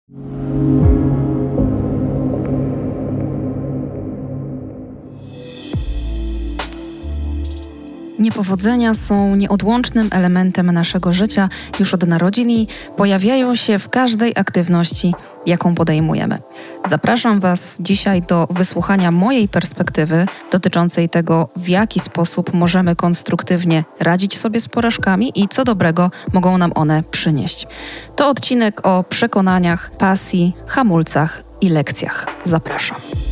Niepowodzenia są nieodłącznym elementem naszego życia już od narodzin i pojawiają się w każdej aktywności, jaką podejmujemy. Zapraszam Was dzisiaj do wysłuchania mojej perspektywy dotyczącej tego, w jaki sposób możemy konstruktywnie radzić sobie z porażkami i co dobrego mogą nam one przynieść. To odcinek o przekonaniach, pasji, hamulcach i lekcjach. Zapraszam.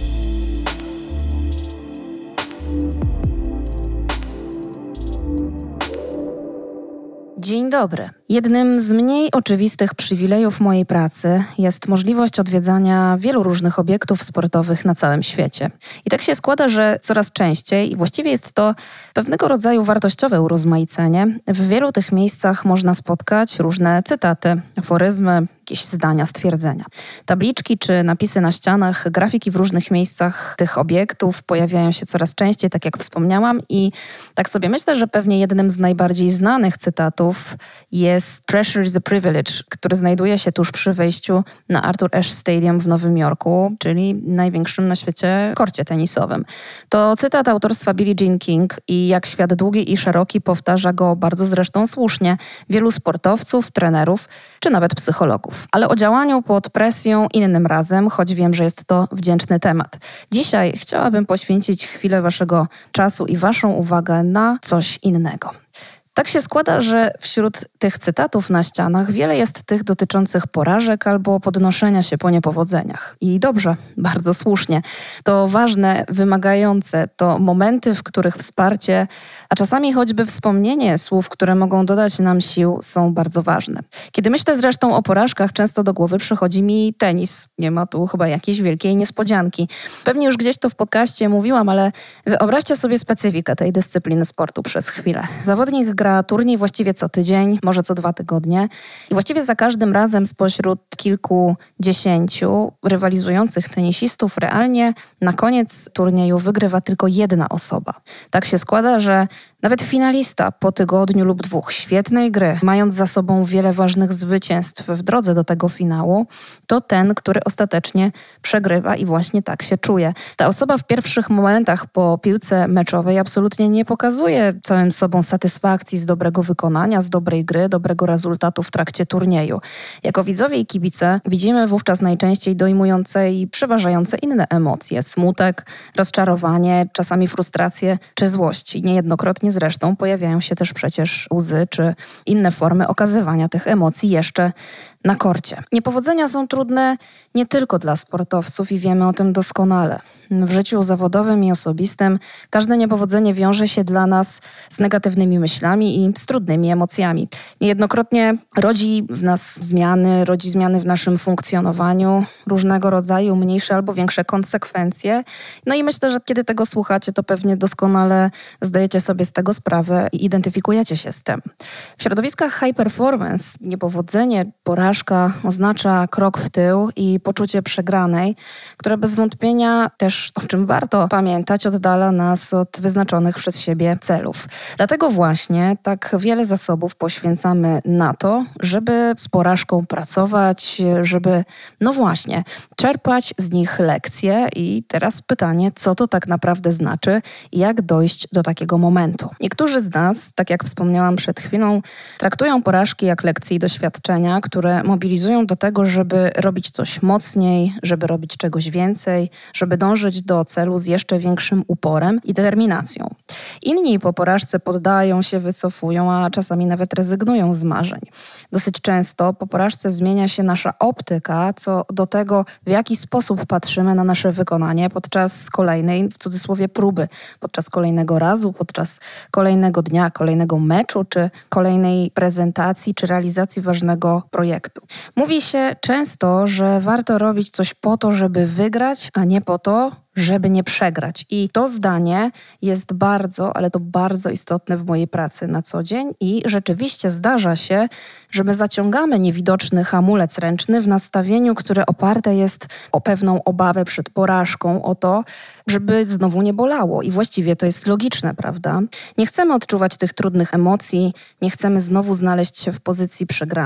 Dzień dobry. Jednym z mniej oczywistych przywilejów mojej pracy jest możliwość odwiedzania wielu różnych obiektów sportowych na całym świecie. I tak się składa, że coraz częściej, i właściwie jest to pewnego rodzaju wartościowe urozmaicenie, w wielu tych miejscach można spotkać różne cytaty, aforyzmy, jakieś zdania, stwierdzenia. Tabliczki czy napisy na ścianach, grafiki w różnych miejscach tych obiektów pojawiają się coraz częściej, tak jak wspomniałam, i tak sobie myślę, że pewnie jednym z najbardziej znanych cytatów jest "Pressure is a privilege", który znajduje się tuż przy wejściu na Arthur Ashe Stadium w Nowym Jorku, czyli największym na świecie korcie tenisowym. To cytat autorstwa Billie Jean King i jak świat długi i szeroki powtarza go bardzo zresztą słusznie wielu sportowców, trenerów czy nawet psychologów. Ale o działaniu pod presją innym razem, choć wiem, że jest to wdzięczny temat. Dzisiaj chciałabym poświęcić chwilę Waszego czasu i Waszą uwagę na coś innego. Tak się składa, że wśród tych cytatów na ścianach wiele jest tych dotyczących porażek albo podnoszenia się po niepowodzeniach. I dobrze, bardzo słusznie. To ważne, wymagające, to momenty, w których wsparcie, a czasami choćby wspomnienie słów, które mogą dodać nam sił, są bardzo ważne. Kiedy myślę zresztą o porażkach, często do głowy przychodzi mi tenis. Nie ma tu chyba jakiejś wielkiej niespodzianki. Pewnie już gdzieś to w podcaście mówiłam, ale wyobraźcie sobie specyfikę tej dyscypliny sportu przez chwilę. Zawodnik gra turniej właściwie co tydzień, może co 2 tygodnie i właściwie za każdym razem spośród kilkudziesięciu rywalizujących tenisistów realnie na koniec turnieju wygrywa tylko jedna osoba. Tak się składa, że nawet finalista po tygodniu lub 2 świetnej gry, mając za sobą wiele ważnych zwycięstw w drodze do tego finału, to ten, który ostatecznie przegrywa i właśnie tak się czuje. Ta osoba w pierwszych momentach po piłce meczowej absolutnie nie pokazuje całym sobą satysfakcji z dobrego wykonania, z dobrej gry, dobrego rezultatu w trakcie turnieju. Jako widzowie i kibice widzimy wówczas najczęściej dojmujące i przeważające inne emocje. Smutek, rozczarowanie, czasami frustrację czy złość. I niejednokrotnie zresztą pojawiają się też przecież łzy czy inne formy okazywania tych emocji jeszcze na korcie. Niepowodzenia są trudne nie tylko dla sportowców i wiemy o tym doskonale. W życiu zawodowym i osobistym każde niepowodzenie wiąże się dla nas z negatywnymi myślami i z trudnymi emocjami. Niejednokrotnie rodzi w nas zmiany, rodzi zmiany w naszym funkcjonowaniu, różnego rodzaju mniejsze albo większe konsekwencje. No i myślę, że kiedy tego słuchacie, to pewnie doskonale zdajecie sobie z tego sprawę i identyfikujecie się z tym. W środowiskach high performance niepowodzenie, porażka oznacza krok w tył i poczucie przegranej, które bez wątpienia też, o czym warto pamiętać, oddala nas od wyznaczonych przez siebie celów. Dlatego właśnie tak wiele zasobów poświęcamy na to, żeby z porażką pracować, żeby, no właśnie, czerpać z nich lekcje. I teraz pytanie, co to tak naprawdę znaczy i jak dojść do takiego momentu. Niektórzy z nas, tak jak wspomniałam przed chwilą, traktują porażki jak lekcje i doświadczenia, które mobilizują do tego, żeby robić coś mocniej, żeby robić czegoś więcej, żeby dążyć do celu z jeszcze większym uporem i determinacją. Inni po porażce poddają się, wycofują, a czasami nawet rezygnują z marzeń. Dosyć często po porażce zmienia się nasza optyka co do tego, w jaki sposób patrzymy na nasze wykonanie podczas kolejnej, w cudzysłowie, próby, podczas kolejnego razu, podczas kolejnego dnia, kolejnego meczu, czy kolejnej prezentacji, czy realizacji ważnego projektu. Mówi się często, że warto robić coś po to, żeby wygrać, a nie po to, żeby nie przegrać. I to zdanie jest bardzo, ale to bardzo istotne w mojej pracy na co dzień i rzeczywiście zdarza się, że my zaciągamy niewidoczny hamulec ręczny w nastawieniu, które oparte jest o pewną obawę przed porażką, o to, żeby znowu nie bolało. I właściwie to jest logiczne, prawda? Nie chcemy odczuwać tych trudnych emocji, nie chcemy znowu znaleźć się w pozycji przegranej.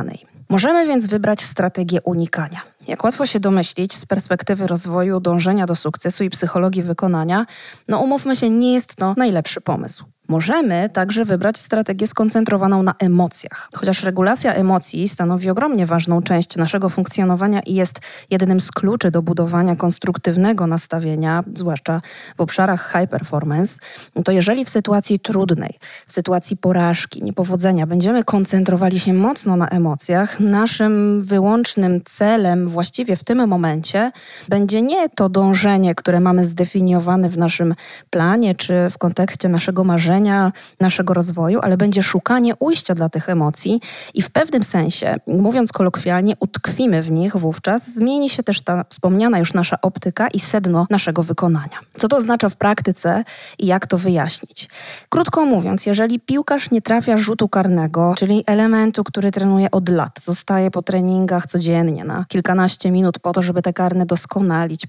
Możemy więc wybrać strategię unikania. Jak łatwo się domyślić, z perspektywy rozwoju, dążenia do sukcesu i psychologii wykonania, umówmy się, nie jest to najlepszy pomysł. Możemy także wybrać strategię skoncentrowaną na emocjach. Chociaż regulacja emocji stanowi ogromnie ważną część naszego funkcjonowania i jest jednym z kluczy do budowania konstruktywnego nastawienia, zwłaszcza w obszarach high performance, to jeżeli w sytuacji trudnej, w sytuacji porażki, niepowodzenia będziemy koncentrowali się mocno na emocjach, naszym wyłącznym celem właściwie w tym momencie będzie nie to dążenie, które mamy zdefiniowane w naszym planie czy w kontekście naszego marzenia, naszego rozwoju, ale będzie szukanie ujścia dla tych emocji i w pewnym sensie, mówiąc kolokwialnie, utkwimy w nich wówczas, zmieni się też ta wspomniana już nasza optyka i sedno naszego wykonania. Co to oznacza w praktyce i jak to wyjaśnić? Krótko mówiąc, jeżeli piłkarz nie trafia rzutu karnego, czyli elementu, który trenuje od lat, zostaje po treningach codziennie na kilkanaście minut po to, żeby te karne doskonalić,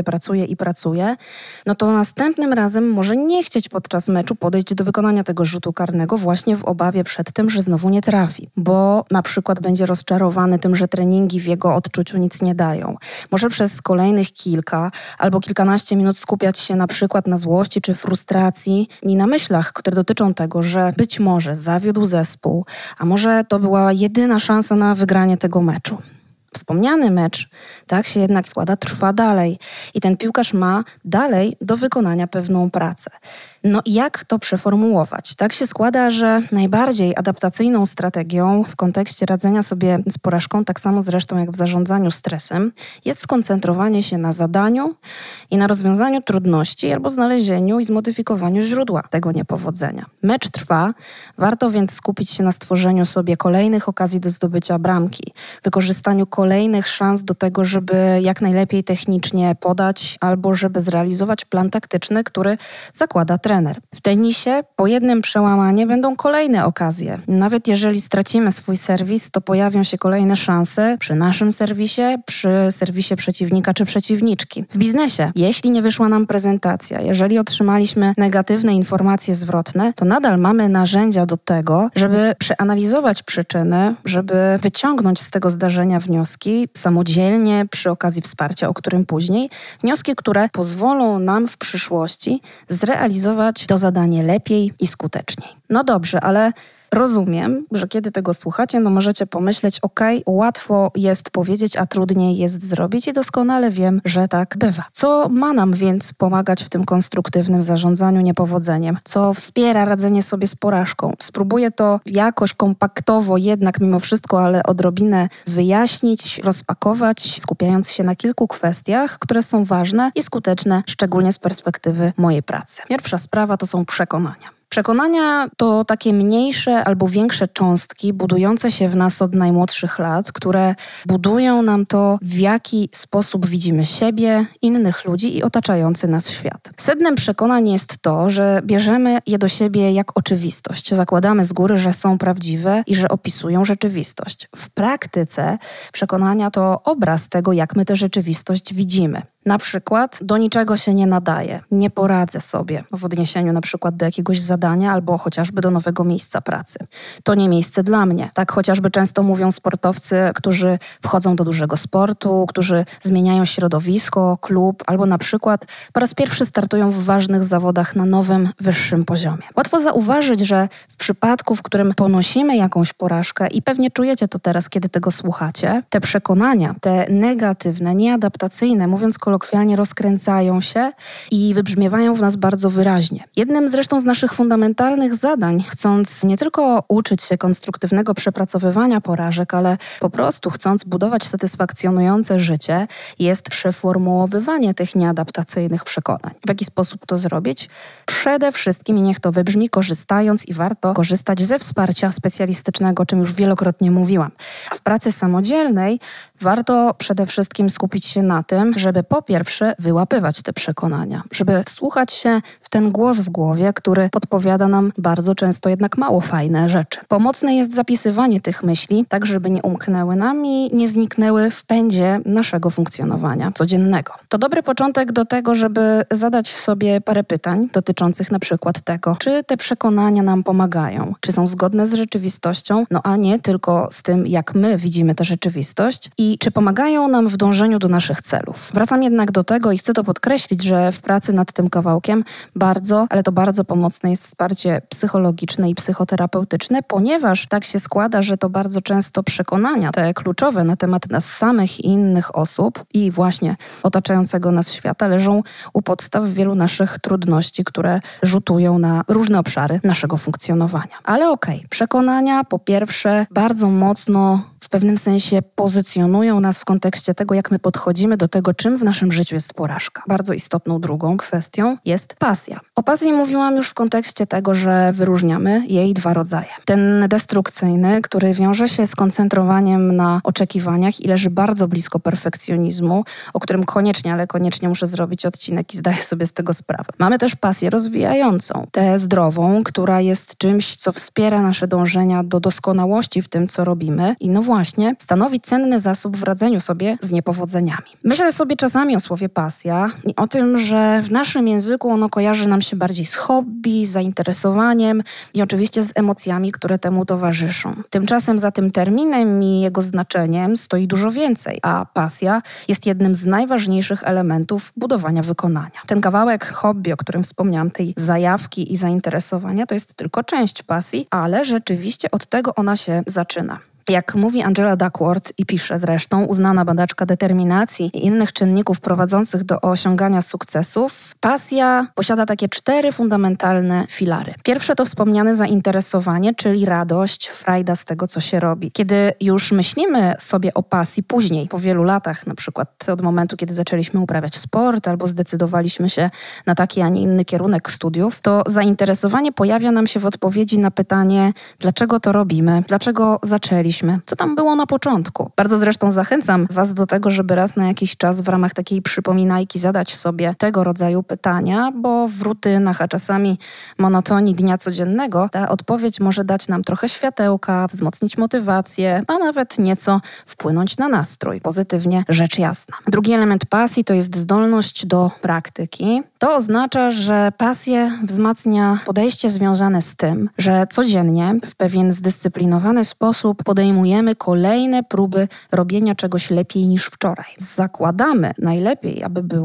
pracuje, to następnym razem może nie chcieć podczas meczu podejść do wykonania tego rzutu karnego właśnie w obawie przed tym, że znowu nie trafi, bo na przykład będzie rozczarowany tym, że treningi w jego odczuciu nic nie dają. Może przez kolejnych kilka albo kilkanaście minut skupiać się na przykład na złości czy frustracji i na myślach, które dotyczą tego, że być może zawiódł zespół, a może to była jedyna szansa na wygranie tego meczu. Wspomniany mecz, tak się jednak składa, trwa dalej i ten piłkarz ma dalej do wykonania pewną pracę. I jak to przeformułować? Tak się składa, że najbardziej adaptacyjną strategią w kontekście radzenia sobie z porażką, tak samo zresztą jak w zarządzaniu stresem, jest skoncentrowanie się na zadaniu i na rozwiązaniu trudności albo znalezieniu i zmodyfikowaniu źródła tego niepowodzenia. Mecz trwa, warto więc skupić się na stworzeniu sobie kolejnych okazji do zdobycia bramki, wykorzystaniu kolejnych szans do tego, żeby jak najlepiej technicznie podać albo żeby zrealizować plan taktyczny, który zakłada trener. W tenisie po jednym przełamaniu będą kolejne okazje. Nawet jeżeli stracimy swój serwis, to pojawią się kolejne szanse przy naszym serwisie, przy serwisie przeciwnika czy przeciwniczki. W biznesie, jeśli nie wyszła nam prezentacja, jeżeli otrzymaliśmy negatywne informacje zwrotne, to nadal mamy narzędzia do tego, żeby przeanalizować przyczyny, żeby wyciągnąć z tego zdarzenia wnioski samodzielnie, przy okazji wsparcia, o którym później, wnioski, które pozwolą nam w przyszłości zrealizować to zadanie lepiej i skuteczniej. Dobrze, ale rozumiem, że kiedy tego słuchacie, możecie pomyśleć, łatwo jest powiedzieć, a trudniej jest zrobić i doskonale wiem, że tak bywa. Co ma nam więc pomagać w tym konstruktywnym zarządzaniu niepowodzeniem? Co wspiera radzenie sobie z porażką? Spróbuję to jakoś kompaktowo jednak mimo wszystko, ale odrobinę wyjaśnić, rozpakować, skupiając się na kilku kwestiach, które są ważne i skuteczne, szczególnie z perspektywy mojej pracy. Pierwsza sprawa to są przekonania. Przekonania to takie mniejsze albo większe cząstki budujące się w nas od najmłodszych lat, które budują nam to, w jaki sposób widzimy siebie, innych ludzi i otaczający nas świat. Sednem przekonań jest to, że bierzemy je do siebie jak oczywistość. Zakładamy z góry, że są prawdziwe i że opisują rzeczywistość. W praktyce przekonania to obraz tego, jak my tę rzeczywistość widzimy. Na przykład do niczego się nie nadaje, nie poradzę sobie w odniesieniu na przykład do jakiegoś zadania albo chociażby do nowego miejsca pracy. To nie miejsce dla mnie. Tak chociażby często mówią sportowcy, którzy wchodzą do dużego sportu, którzy zmieniają środowisko, klub albo na przykład po raz pierwszy startują w ważnych zawodach na nowym, wyższym poziomie. Łatwo zauważyć, że w przypadku, w którym ponosimy jakąś porażkę i pewnie czujecie to teraz, kiedy tego słuchacie, te przekonania, te negatywne, nieadaptacyjne, mówiąc kolokwialnie, rozkręcają się i wybrzmiewają w nas bardzo wyraźnie. Jednym zresztą z naszych fundamentalnych zadań, chcąc nie tylko uczyć się konstruktywnego przepracowywania porażek, ale po prostu chcąc budować satysfakcjonujące życie, jest przeformułowywanie tych nieadaptacyjnych przekonań. W jaki sposób to zrobić? Przede wszystkim, i niech to wybrzmi, korzystając i warto korzystać ze wsparcia specjalistycznego, o czym już wielokrotnie mówiłam. A w pracy samodzielnej warto przede wszystkim skupić się na tym, żeby po pierwsze wyłapywać te przekonania, żeby wsłuchać się w ten głos w głowie, który podpowiada nam bardzo często jednak mało fajne rzeczy. Pomocne jest zapisywanie tych myśli, tak żeby nie umknęły nam i nie zniknęły w pędzie naszego funkcjonowania codziennego. To dobry początek do tego, żeby zadać sobie parę pytań dotyczących na przykład tego, czy te przekonania nam pomagają, czy są zgodne z rzeczywistością, a nie tylko z tym, jak my widzimy tę rzeczywistość i czy pomagają nam w dążeniu do naszych celów. Wracam jednak do tego i chcę to podkreślić, że w pracy nad tym kawałkiem bardzo pomocne jest wsparcie psychologiczne i psychoterapeutyczne, ponieważ tak się składa, że to bardzo często przekonania, te kluczowe na temat nas samych i innych osób i właśnie otaczającego nas świata leżą u podstaw wielu naszych trudności, które rzutują na różne obszary naszego funkcjonowania. Ale przekonania po pierwsze bardzo mocno w pewnym sensie pozycjonują nas w kontekście tego, jak my podchodzimy do tego, czym w naszym życiu jest porażka. Bardzo istotną drugą kwestią jest pasja. O pasji mówiłam już w kontekście tego, że wyróżniamy jej dwa rodzaje. Ten destrukcyjny, który wiąże się z koncentrowaniem na oczekiwaniach i leży bardzo blisko perfekcjonizmu, o którym koniecznie muszę zrobić odcinek i zdaję sobie z tego sprawę. Mamy też pasję rozwijającą, tę zdrową, która jest czymś, co wspiera nasze dążenia do doskonałości w tym, co robimy i właśnie stanowi cenny zasób w radzeniu sobie z niepowodzeniami. Myślę sobie czasami o słowie pasja i o tym, że w naszym języku ono kojarzy nam się bardziej z hobby, z zainteresowaniem i oczywiście z emocjami, które temu towarzyszą. Tymczasem za tym terminem i jego znaczeniem stoi dużo więcej, a pasja jest jednym z najważniejszych elementów budowania wykonania. Ten kawałek hobby, o którym wspomniałam, tej zajawki i zainteresowania, to jest tylko część pasji, ale rzeczywiście od tego ona się zaczyna. Jak mówi Angela Duckworth i pisze zresztą, uznana badaczka determinacji i innych czynników prowadzących do osiągania sukcesów, pasja posiada takie 4 fundamentalne filary. Pierwsze to wspomniane zainteresowanie, czyli radość, frajda z tego, co się robi. Kiedy już myślimy sobie o pasji później, po wielu latach, na przykład od momentu, kiedy zaczęliśmy uprawiać sport albo zdecydowaliśmy się na taki, a nie inny kierunek studiów, to zainteresowanie pojawia nam się w odpowiedzi na pytanie, dlaczego to robimy, dlaczego zaczęliśmy, co tam było na początku. Bardzo zresztą zachęcam Was do tego, żeby raz na jakiś czas w ramach takiej przypominajki zadać sobie tego rodzaju pytania, bo w rutynach, a czasami monotonii dnia codziennego ta odpowiedź może dać nam trochę światełka, wzmocnić motywację, a nawet nieco wpłynąć na nastrój. Pozytywnie, rzecz jasna. Drugi element pasji to jest zdolność do praktyki. To oznacza, że pasję wzmacnia podejście związane z tym, że codziennie w pewien zdyscyplinowany sposób podejmujemy kolejne próby robienia czegoś lepiej niż wczoraj. Zakładamy najlepiej,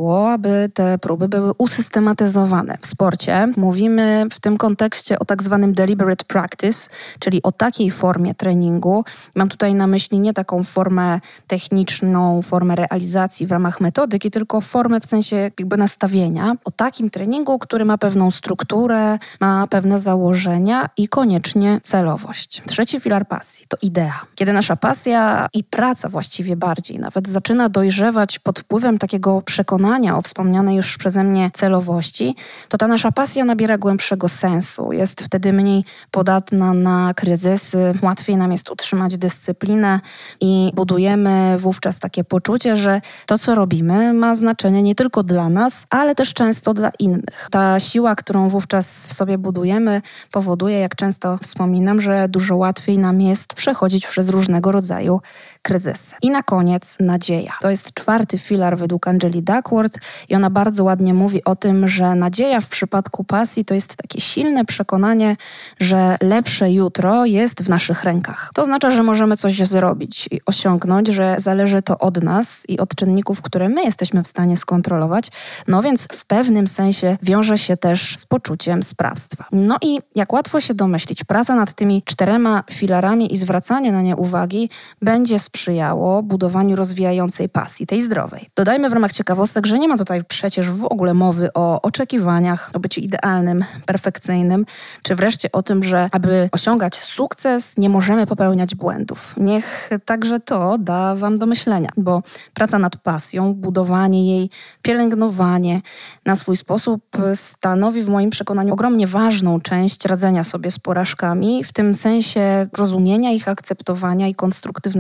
aby te próby były usystematyzowane. W sporcie mówimy w tym kontekście o tak zwanym deliberate practice, czyli o takiej formie treningu. Mam tutaj na myśli nie taką formę techniczną, formę realizacji w ramach metodyki, tylko formę w sensie nastawienia. O takim treningu, który ma pewną strukturę, ma pewne założenia i koniecznie celowość. Trzeci filar pasji to idea. Kiedy nasza pasja i praca właściwie bardziej nawet zaczyna dojrzewać pod wpływem takiego przekonania o wspomnianej już przeze mnie celowości, to ta nasza pasja nabiera głębszego sensu. Jest wtedy mniej podatna na kryzysy, łatwiej nam jest utrzymać dyscyplinę i budujemy wówczas takie poczucie, że to, co robimy, ma znaczenie nie tylko dla nas, ale też często dla innych. Ta siła, którą wówczas w sobie budujemy, powoduje, jak często wspominam, że dużo łatwiej nam jest przechodzić przez różnego rodzaju kryzysy. I na koniec nadzieja. To jest czwarty filar według Angeli Duckworth i ona bardzo ładnie mówi o tym, że nadzieja w przypadku pasji to jest takie silne przekonanie, że lepsze jutro jest w naszych rękach. To oznacza, że możemy coś zrobić i osiągnąć, że zależy to od nas i od czynników, które my jesteśmy w stanie skontrolować, więc w pewnym sensie wiąże się też z poczuciem sprawstwa. I jak łatwo się domyślić, praca nad tymi 4 filarami i zwracanie na nie uwagi będzie sprzyjało budowaniu rozwijającej pasji, tej zdrowej. Dodajmy w ramach ciekawostek, że nie ma tutaj przecież w ogóle mowy o oczekiwaniach, o byciu idealnym, perfekcyjnym, czy wreszcie o tym, że aby osiągać sukces, nie możemy popełniać błędów. Niech także to da Wam do myślenia, bo praca nad pasją, budowanie jej, pielęgnowanie na swój sposób stanowi w moim przekonaniu ogromnie ważną część radzenia sobie z porażkami, w tym sensie rozumienia ich, akceptowania i konstruktywnego do nich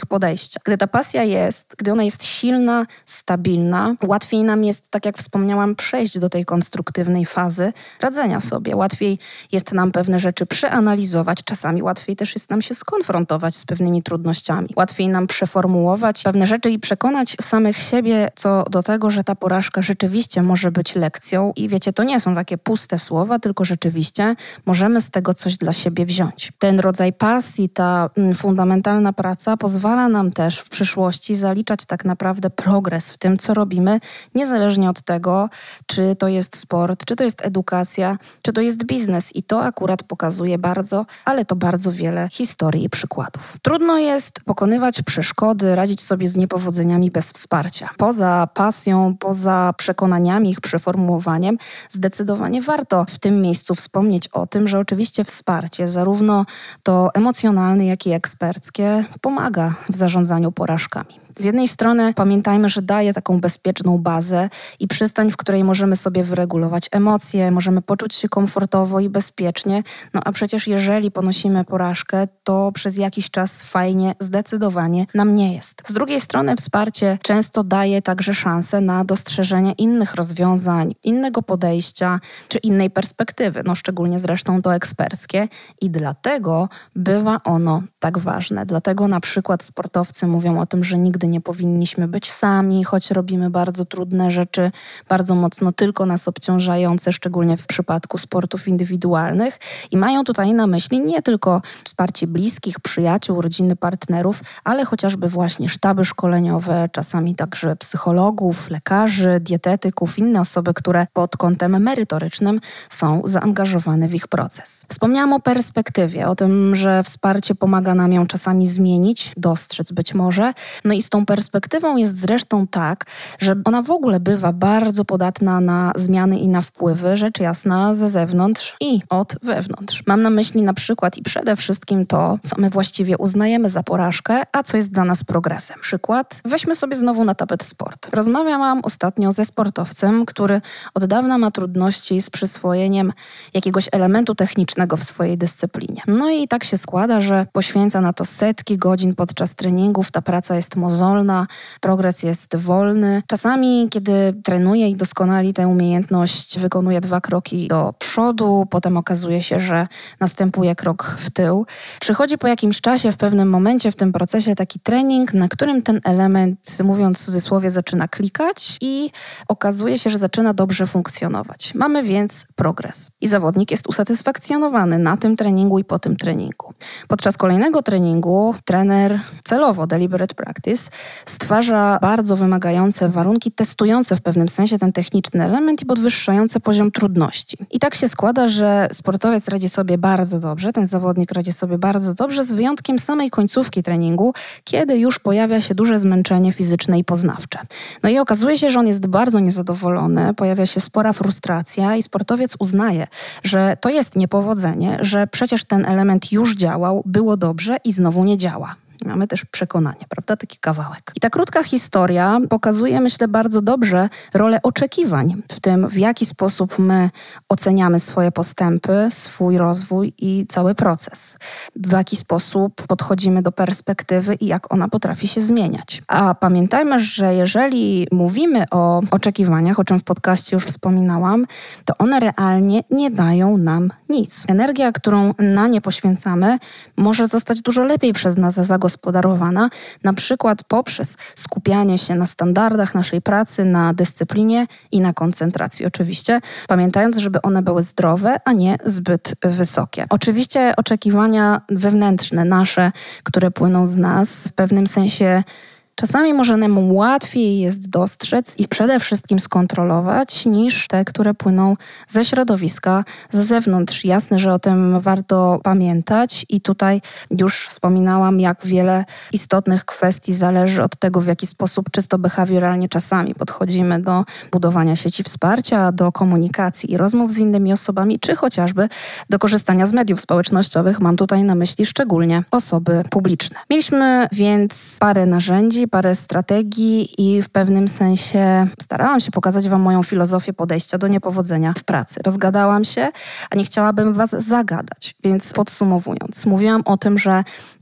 ich podejścia. Gdy ta pasja jest, gdy ona jest silna, stabilna, łatwiej nam jest, tak jak wspomniałam, przejść do tej konstruktywnej fazy radzenia sobie. Łatwiej jest nam pewne rzeczy przeanalizować, czasami łatwiej też jest nam się skonfrontować z pewnymi trudnościami. Łatwiej nam przeformułować pewne rzeczy i przekonać samych siebie co do tego, że ta porażka rzeczywiście może być lekcją i wiecie, to nie są takie puste słowa, tylko rzeczywiście możemy z tego coś dla siebie wziąć. Ten rodzaj pasji, ta fundamentalna praca pozwala nam też w przyszłości zaliczać tak naprawdę progres w tym, co robimy, niezależnie od tego, czy to jest sport, czy to jest edukacja, czy to jest biznes. I to akurat pokazuje bardzo, ale to bardzo wiele historii i przykładów. Trudno jest pokonywać przeszkody, radzić sobie z niepowodzeniami bez wsparcia. Poza pasją, poza przekonaniami, ich przeformułowaniem, zdecydowanie warto w tym miejscu wspomnieć o tym, że oczywiście wsparcie, zarówno to emocjonalne, jak i eksperckie, pomaga w zarządzaniu porażkami. Z jednej strony pamiętajmy, że daje taką bezpieczną bazę i przystań, w której możemy sobie wyregulować emocje, możemy poczuć się komfortowo i bezpiecznie, a przecież jeżeli ponosimy porażkę, to przez jakiś czas fajnie, zdecydowanie nam nie jest. Z drugiej strony wsparcie często daje także szansę na dostrzeżenie innych rozwiązań, innego podejścia czy innej perspektywy, szczególnie zresztą to eksperckie i dlatego bywa ono tak ważne. Dlatego na przykład sportowcy mówią o tym, że nigdy nie powinniśmy być sami, choć robimy bardzo trudne rzeczy, bardzo mocno tylko nas obciążające, szczególnie w przypadku sportów indywidualnych i mają tutaj na myśli nie tylko wsparcie bliskich, przyjaciół, rodziny, partnerów, ale chociażby właśnie sztaby szkoleniowe, czasami także psychologów, lekarzy, dietetyków, inne osoby, które pod kątem merytorycznym są zaangażowane w ich proces. Wspomniałam o perspektywie, o tym, że wsparcie pomaga nam ją czasami zmienić, dostrzec być może. I z tą perspektywą jest zresztą tak, że ona w ogóle bywa bardzo podatna na zmiany i na wpływy, rzecz jasna, ze zewnątrz i od wewnątrz. Mam na myśli na przykład i przede wszystkim to, co my właściwie uznajemy za porażkę, a co jest dla nas progresem. Przykład, weźmy sobie znowu na tapet sport. Rozmawiałam ostatnio ze sportowcem, który od dawna ma trudności z przyswojeniem jakiegoś elementu technicznego w swojej dyscyplinie. I tak się składa, że poświęca na to setki godzin podczas treningów, ta praca jest mozolna, progres jest wolny. Czasami, kiedy trenuje i doskonali tę umiejętność, wykonuje 2 kroki do przodu, potem okazuje się, że następuje krok w tył. Przychodzi po jakimś czasie, w pewnym momencie w tym procesie taki trening, na którym ten element, mówiąc w cudzysłowie, zaczyna klikać i okazuje się, że zaczyna dobrze funkcjonować. Mamy więc progres. I zawodnik jest usatysfakcjonowany na tym treningu i po tym treningu. Podczas kolejnego treningu trener celowo, deliberate practice, stwarza bardzo wymagające warunki, testujące w pewnym sensie ten techniczny element i podwyższające poziom trudności. I tak się składa, że sportowiec radzi sobie bardzo dobrze, ten zawodnik radzi sobie bardzo dobrze, z wyjątkiem samej końcówki treningu, kiedy już pojawia się duże zmęczenie fizyczne i poznawcze. I okazuje się, że on jest bardzo niezadowolony, pojawia się spora frustracja i sportowiec uznaje, że to jest niepowodzenie, że przecież ten element już działał, było dobrze i znowu nie działa. Mamy też przekonanie, prawda? Taki kawałek. I ta krótka historia pokazuje, myślę, bardzo dobrze rolę oczekiwań w tym, w jaki sposób my oceniamy swoje postępy, swój rozwój i cały proces. W jaki sposób podchodzimy do perspektywy i jak ona potrafi się zmieniać. A pamiętajmy, że jeżeli mówimy o oczekiwaniach, o czym w podcaście już wspominałam, to one realnie nie dają nam nic. Energia, którą na nie poświęcamy, może zostać dużo lepiej przez nas zagospodarowana, na przykład poprzez skupianie się na standardach naszej pracy, na dyscyplinie i na koncentracji oczywiście, pamiętając, żeby one były zdrowe, a nie zbyt wysokie. Oczywiście oczekiwania wewnętrzne, nasze, które płyną z nas, w pewnym sensie czasami może nam łatwiej jest dostrzec i przede wszystkim skontrolować niż te, które płyną ze środowiska, z zewnątrz. Jasne, że o tym warto pamiętać i tutaj już wspominałam, jak wiele istotnych kwestii zależy od tego, w jaki sposób czysto behawioralnie czasami podchodzimy do budowania sieci wsparcia, do komunikacji i rozmów z innymi osobami, czy chociażby do korzystania z mediów społecznościowych. Mam tutaj na myśli szczególnie osoby publiczne. Mieliśmy więc parę narzędzi, parę strategii i w pewnym sensie starałam się pokazać Wam moją filozofię podejścia do niepowodzenia w pracy. Rozgadałam się, a nie chciałabym Was zagadać. Więc podsumowując, mówiłam o tym, że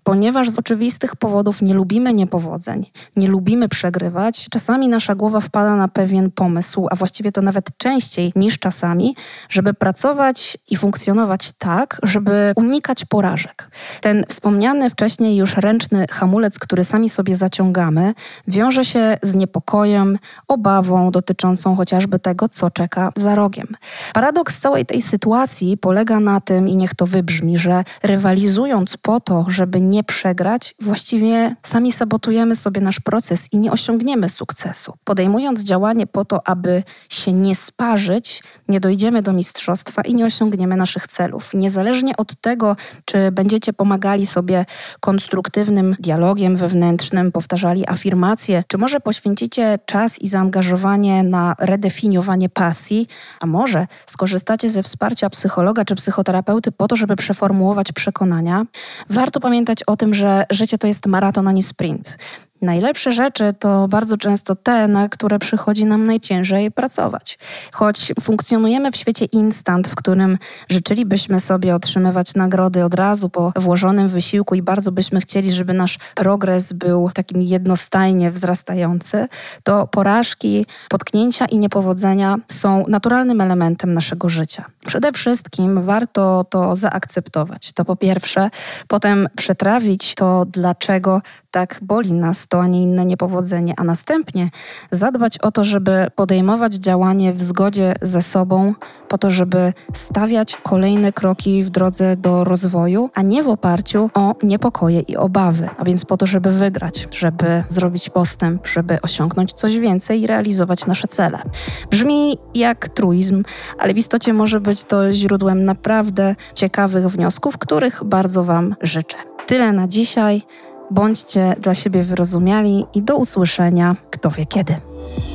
Ponieważ z oczywistych powodów nie lubimy niepowodzeń, nie lubimy przegrywać, czasami nasza głowa wpada na pewien pomysł, a właściwie to nawet częściej niż czasami, żeby pracować i funkcjonować tak, żeby unikać porażek. Ten wspomniany wcześniej już ręczny hamulec, który sami sobie zaciągamy, wiąże się z niepokojem, obawą dotyczącą chociażby tego, co czeka za rogiem. Paradoks całej tej sytuacji polega na tym, i niech to wybrzmi, że rywalizując po to, żeby nie przegrać, właściwie sami sabotujemy sobie nasz proces i nie osiągniemy sukcesu. Podejmując działanie po to, aby się nie sparzyć, nie dojdziemy do mistrzostwa i nie osiągniemy naszych celów. Niezależnie od tego, czy będziecie pomagali sobie konstruktywnym dialogiem wewnętrznym, powtarzali afirmacje, czy może poświęcicie czas i zaangażowanie na redefiniowanie pasji, a może skorzystacie ze wsparcia psychologa czy psychoterapeuty po to, żeby przeformułować przekonania, warto pamiętać o tym, że życie to jest maraton, a nie sprint. Najlepsze rzeczy to bardzo często te, na które przychodzi nam najciężej pracować. Choć funkcjonujemy w świecie instant, w którym życzylibyśmy sobie otrzymywać nagrody od razu po włożonym wysiłku i bardzo byśmy chcieli, żeby nasz progres był takim jednostajnie wzrastający, to porażki, potknięcia i niepowodzenia są naturalnym elementem naszego życia. Przede wszystkim warto to zaakceptować. To po pierwsze, potem przetrawić to, dlaczego tak boli nas to, a nie inne niepowodzenie, a następnie zadbać o to, żeby podejmować działanie w zgodzie ze sobą, po to, żeby stawiać kolejne kroki w drodze do rozwoju, a nie w oparciu o niepokoje i obawy, a więc po to, żeby wygrać, żeby zrobić postęp, żeby osiągnąć coś więcej i realizować nasze cele. Brzmi jak truizm, ale w istocie może być to źródłem naprawdę ciekawych wniosków, których bardzo Wam życzę. Tyle na dzisiaj. Bądźcie dla siebie wyrozumiali i do usłyszenia kto wie kiedy.